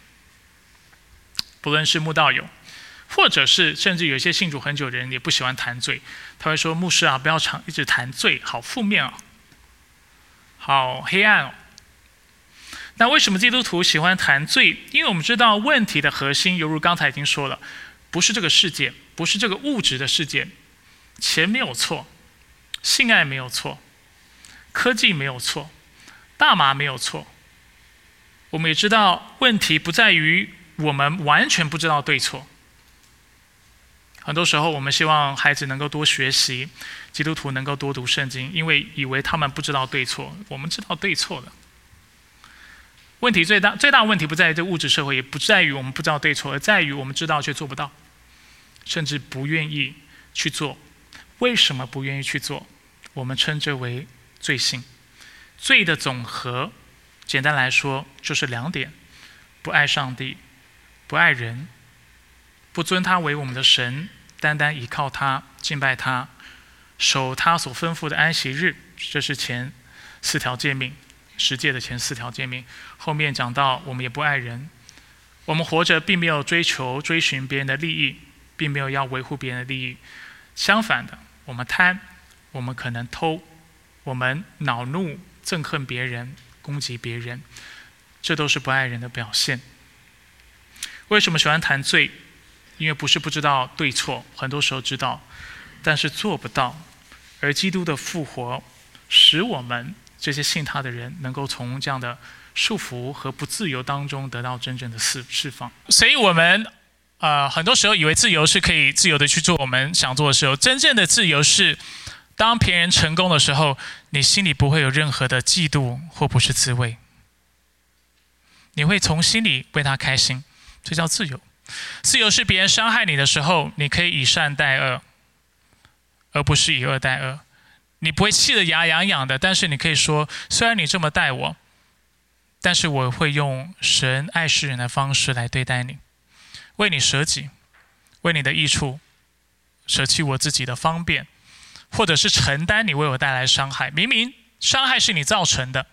不论是慕道友，或者是甚至有些信主很久的人也不喜欢谈罪。他会说，牧师啊，不要常一直谈罪，好负面啊，好黑暗哦。那为什么基督徒喜欢谈罪？因为我们知道问题的核心，犹如刚才已经说了，不是这个世界，不是这个物质的世界。钱没有错，性爱没有错，科技没有错，大麻没有错。我们也知道问题不在于我们完全不知道对错。很多时候我们希望孩子能够多学习，基督徒能够多读圣经，因为以为他们不知道对错，我们知道对错的。问题最大最大的问题不在于这物质社会，也不在于我们不知道对错，而在于我们知道却做不到，甚至不愿意去做。为什么不愿意去做？我们称之为罪性。罪的总和，简单来说就是两点：不爱上帝，不爱人，不尊他为我们的神，单单依靠他，敬拜他，守他所吩咐的安息日。这是前四条诫命，十诫的前四条诫命。后面讲到我们也不爱人，我们活着并没有追求追寻别人的利益，并没有要维护别人的利益。相反的，我们贪，我们可能偷，我们恼怒憎恨别人，攻击别人，这都是不爱人的表现。 为什么喜欢谈罪？因为不是不知道对错，很多时候知道，但是做不到。而基督的复活，使我们这些信他的人，能够从这样的束缚和不自由当中得到真正的释释放。所以我们呃很多时候以为自由是可以自由的去做我们想做的时候，真正的自由是，当别人成功的时候，你心里不会有任何的嫉妒或不是滋味，你会从心里为他开心，这叫自由。自由是别人伤害你的时候，你可以以善待恶，而不是以恶待恶。你不会气得牙痒痒的，但是你可以说，虽然你这么待我，但是我会用神爱世人的方式来对待你，为你舍己，为你的益处舍弃我自己的方便，或者是承担你为我带来伤害。明明伤害是你造成的，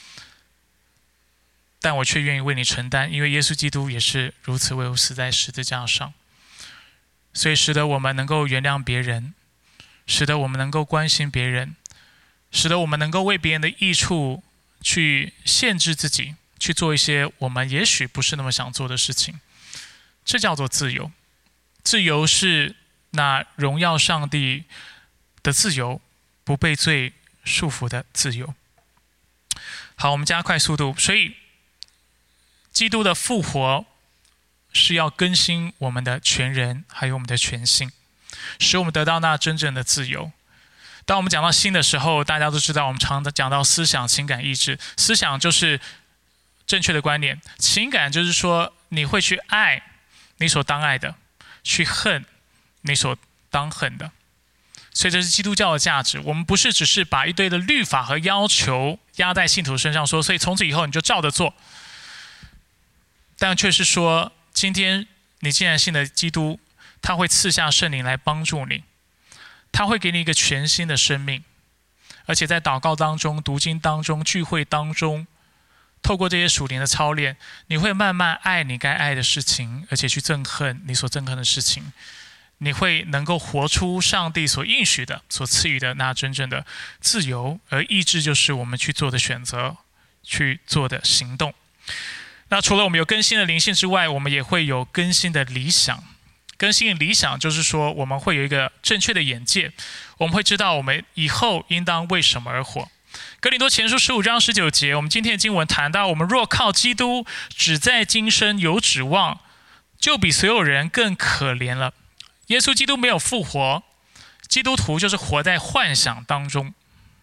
但我却愿意为你承担，因为耶稣基督也是如此为我死在十字架上，所以使得我们能够原谅别人，使得我们能够关心别人，使得我们能够为别人的益处去限制自己，去做一些我们也许不是那么想做的事情。这叫做自由。自由是那荣耀上帝的自由，不被罪束缚的自由。好，我们加快速度。所以基督的复活是要更新我们的全人，还有我们的全心，使我们得到那真正的自由。当我们讲到心的时候，大家都知道我们常讲到思想、情感、意志。思想就是正确的观念，情感就是说你会去爱你所当爱的，去恨你所当恨的。所以这是基督教的价值。我们不是只是把一堆的律法和要求压在信徒身上说，所以从此以后你就照着做，但却是说，今天你既然信了基督，他会赐下圣灵来帮助你，他会给你一个全新的生命，而且在祷告当中、读经当中、聚会当中，透过这些属灵的操练，你会慢慢爱你该爱的事情，而且去憎恨你所憎恨的事情。你会能够活出上帝所应许的、所赐予的那真正的自由，而意志就是我们去做的选择、去做的行动。那除了我们有更新的灵性之外，我们也会有更新的理想。更新的理想就是说，我们会有一个正确的眼界，我们会知道我们以后应当为什么而活。哥林多前书十五章十九节，我们今天的经文谈到，我们若靠基督只在今生有指望，就比所有人更可怜了。耶稣基督没有复活，基督徒就是活在幻想当中。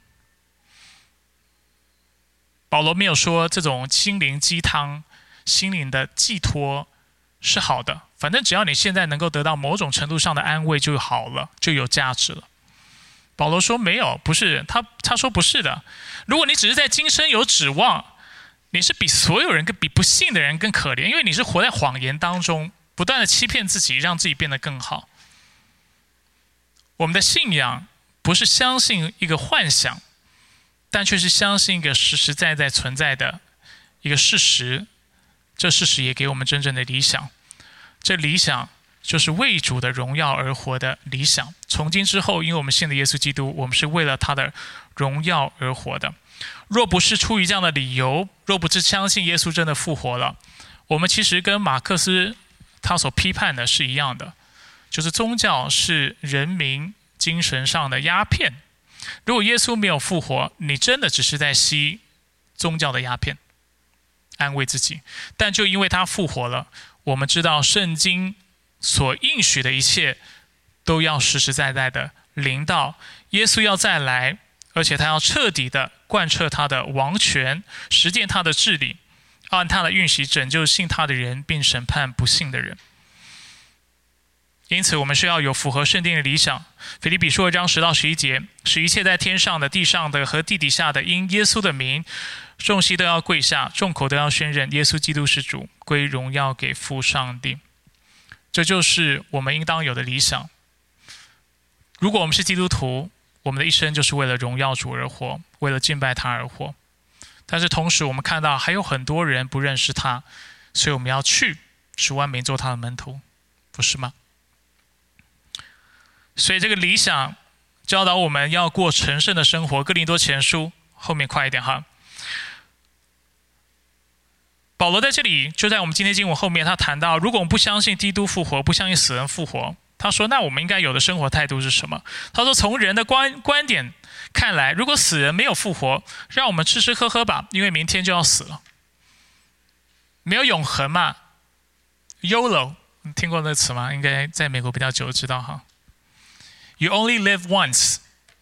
保罗没有说这种心灵鸡汤、心灵的寄托是好的，反正只要你现在能够得到某种程度上的安慰就好了，就有价值了。保罗说没有，不是，他他说不是的。如果你只是在今生有指望，你是比所有人、更比不信的人更可怜，因为你是活在谎言当中，不断的欺骗自己，让自己变得更好。我们的信仰不是相信一个幻想，但却是相信一个实实在在存在的一个事实。这事实也给我们真正的理想，这理想就是为主的荣耀而活的理想。从今之后，因为我们信了耶稣基督，我们是为了他的荣耀而活的。若不是出于这样的理由，若不是相信耶稣真的复活了，我们其实跟马克思他所批判的是一样的，就是宗教是人民精神上的鸦片。如果耶稣没有复活，你真的只是在吸宗教的鸦片，安慰自己。但就因为他复活了，我们知道圣经所应许的一切都要实实在在的临到。耶稣要再来，而且他要彻底的贯彻他的王权，实践他的治理，按他的运行拯救信他的人，并审判不信的人。因此我们需要有符合圣经的理想。腓立比书二章十到十一节，使一切在天上的、地上的和地底下的，因耶稣的名，众膝都要跪下，众口都要宣认耶稣基督是主，归荣耀给父上帝。这就是我们应当有的理想。如果我们是基督徒，我们的一生就是为了荣耀主而活，为了敬拜他而活。但是同时我们看到还有很多人不认识他，所以我们要去使万民做他的门徒，不是吗？所以这个理想教导我们要过成圣的生活。哥林多前书后面快一点哈。 保罗在这里就在我们今天经文后面，他谈到，如果我们不相信基督复活，不相信死人复活，他说，那我们应该有的生活态度是什么？他说，从人的观观点看来，如果死人没有复活，让我们吃吃喝喝吧，因为明天就要死了，没有永恒嘛。Y O L O， 你听过这个词吗？应该在美国比较久，知道哈。You only live once，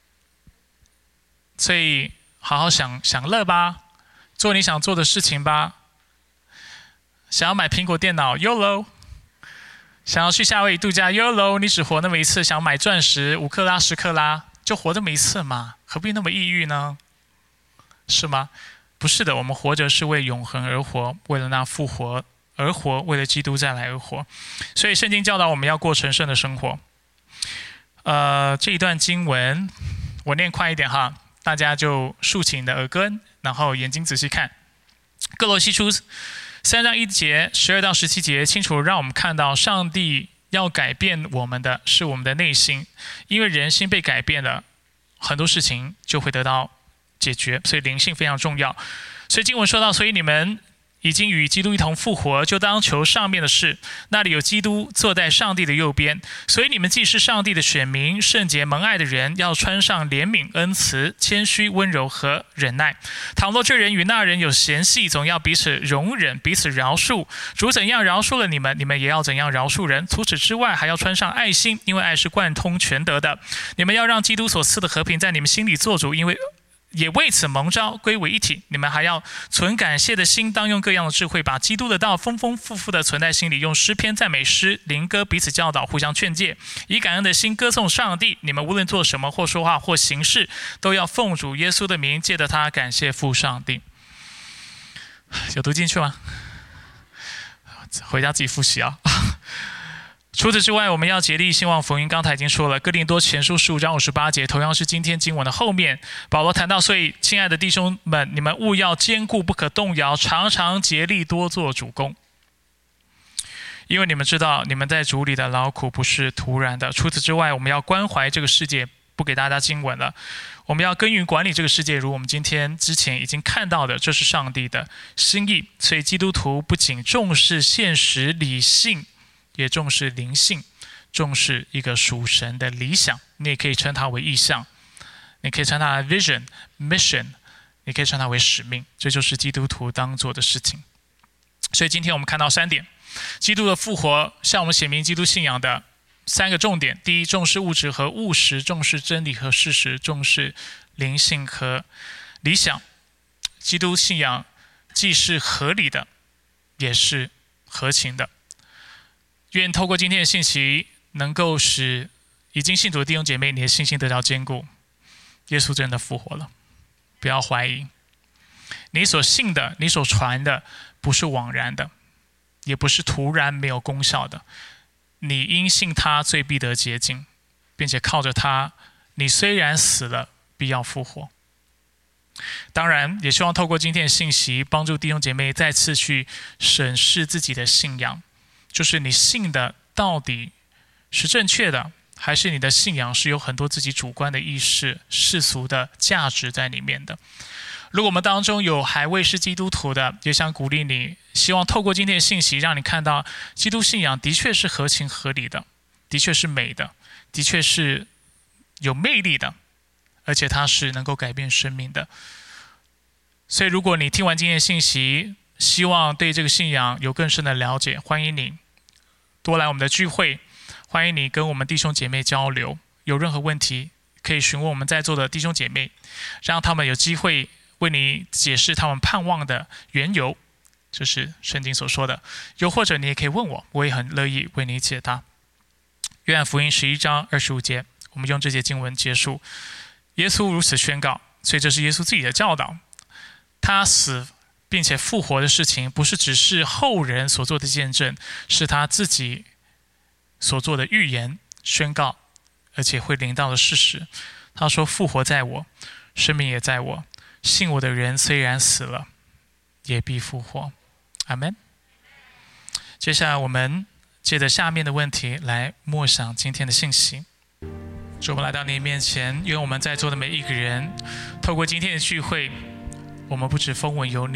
所以好好享享乐吧，做你想做的事情吧。想要买苹果电脑 ，Y O L O。想要去夏威夷度假 ，Y O L O， 你只活那么一次。想买钻石五克拉、十克拉，就活这么一次嘛，何必那么抑郁呢？是吗？不是的，我们活着是为永恒而活，为了那复活而活，为了基督再来而活。所以圣经教导我们要过成圣的生活。呃，这一段经文我念快一点哈，大家就竖起你的耳根，然后眼睛仔细看。歌罗西书三章一节十二到十七节，清楚让我们看到上帝要改变我们的是我们的内心，因为人心被改变了，很多事情就会得到解决，所以灵性非常重要。所以经文说到，所以你们已经与基督一同复活，就当求上面的事，那里有基督坐在上帝的右边。所以你们既是上帝的选民，圣洁蒙爱的人，要穿上怜悯、恩慈、谦虚、温柔和忍耐。倘若这人与那人有嫌隙，总要彼此容忍，彼此饶恕。主怎样饶恕了你们，你们也要怎样饶恕人。除此之外，还要穿上爱心，因为爱是贯通全德的。你们要让基督所赐的和平在你们心里做主，因为也为此蒙召归为一体。你们还要存感谢的心，当用各样的智慧，把基督的道丰丰富富的存在心里，用诗篇、赞美诗、灵歌彼此教导，互相劝诫，以感恩的心歌颂上帝。你们无论做什么，或说话，或行事，都要奉主耶稣的名，借着他感谢父上帝。有读进去吗？回家自己复习啊。除此之外，我们要竭力兴旺福音。刚才已经说了，哥林多前书十五章五十八节，同样是今天经文的后面，保罗谈到，所以亲爱的弟兄们，你们务要坚固，不可动摇，常常竭力多做主工，因为你们知道，你们在主里的劳苦不是徒然的。除此之外，我们要关怀这个世界，不给大家经文了。我们要耕耘管理这个世界，如我们今天之前已经看到的，这是上帝的心意。所以基督徒不仅重视现实理性，也重视灵性，重视一个属神的理想。你也可以称它为意象，你可以称它为 vision mission， 你可以称它为使命。这就是基督徒当做的事情。所以今天我们看到三点，基督的复活向我们显明基督信仰的三个重点。第一，重视物质和务实，重视真理和事实，重视灵性和理想。基督信仰既是合理的，也是合情的。愿透过今天的信息，能够使已经信主的弟兄姐妹，你的信心得到坚固。耶稣真的复活了，不要怀疑。你所信的，你所传的，不是枉然的，也不是突然没有功效的。你因信他，罪必得洁净，并且靠着他，你虽然死了，必要复活。当然，也希望透过今天的信息，帮助弟兄姐妹再次去审视自己的信仰。就是你信的到底是正确的，还是你的信仰是有很多自己主观的意识、世俗的价值在里面的。如果我们当中有还未是基督徒的，也想鼓励你，希望透过今天的信息，让你看到基督信仰的确是合情合理的，的确是美的，的确是有魅力的，而且它是能够改变生命的。所以如果你听完今天的信息，希望对这个信仰有更深的了解，欢迎你多来我们的聚会，欢迎你跟我们弟兄姐妹交流。有任何问题可以询问我们在座的弟兄姐妹，让他们有机会为你解释他们盼望的缘由，这是圣经所说的。又或者你也可以问我，我也很乐意为你解答。约翰福音十一章二十五节，我们用这节经文结束。耶稣如此宣告，所以这是耶稣自己的教导。他死并且复活的事情，不是只是后人所做的见证，是他自己所做的预言宣告，而且会临到的事实。他说，复活在我，生命也在我，信我的人虽然死了，也必复活。阿们。接下来我们借着下面的问题来默想今天的信息。主，我们来到你面前，愿我们在座的每一个人，透过今天的聚会，我们不只风闻有你，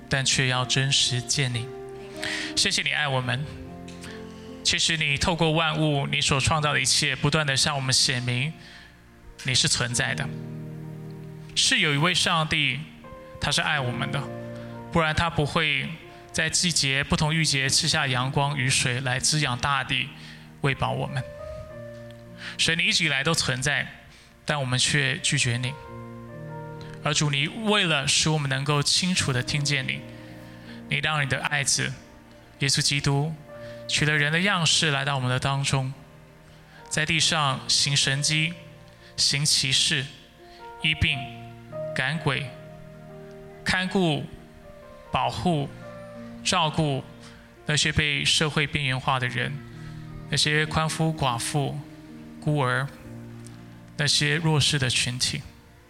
但却要真实见你。谢谢你爱我们。其实你透过万物，你所创造的一切，不断地向我们显明你是存在的，是有一位上帝，他是爱我们的，不然他不会在季节不同季节赐下阳光雨水来滋养大地，喂饱我们。神，你一直以来都存在，但我们却拒绝你。而主，你为了使我们能够清楚地听见你，你让你的爱子耶稣基督取了人的样式来到我们的当中，在地上行神迹、行奇事、医病、赶鬼、看顾、保护、照顾那些被社会边缘化的人，那些宽夫寡妇、孤儿，那些弱势的群体。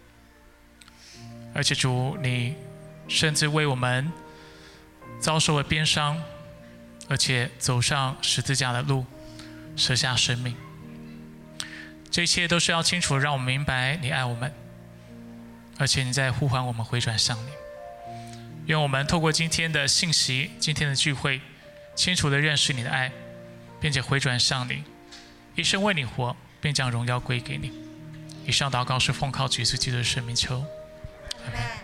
而且主，你甚至为我们遭受了鞭伤，而且走上十字架的路，舍下生命。这一切都是要清楚让我们明白你爱我们，而且你在呼唤我们回转向你。愿我们透过今天的信息，今天的聚会，清楚地认识你的爱，并且回转向你，一生为你活，并将荣耀归给你。以上祷告是奉靠主耶稣基督的圣名求，阿们。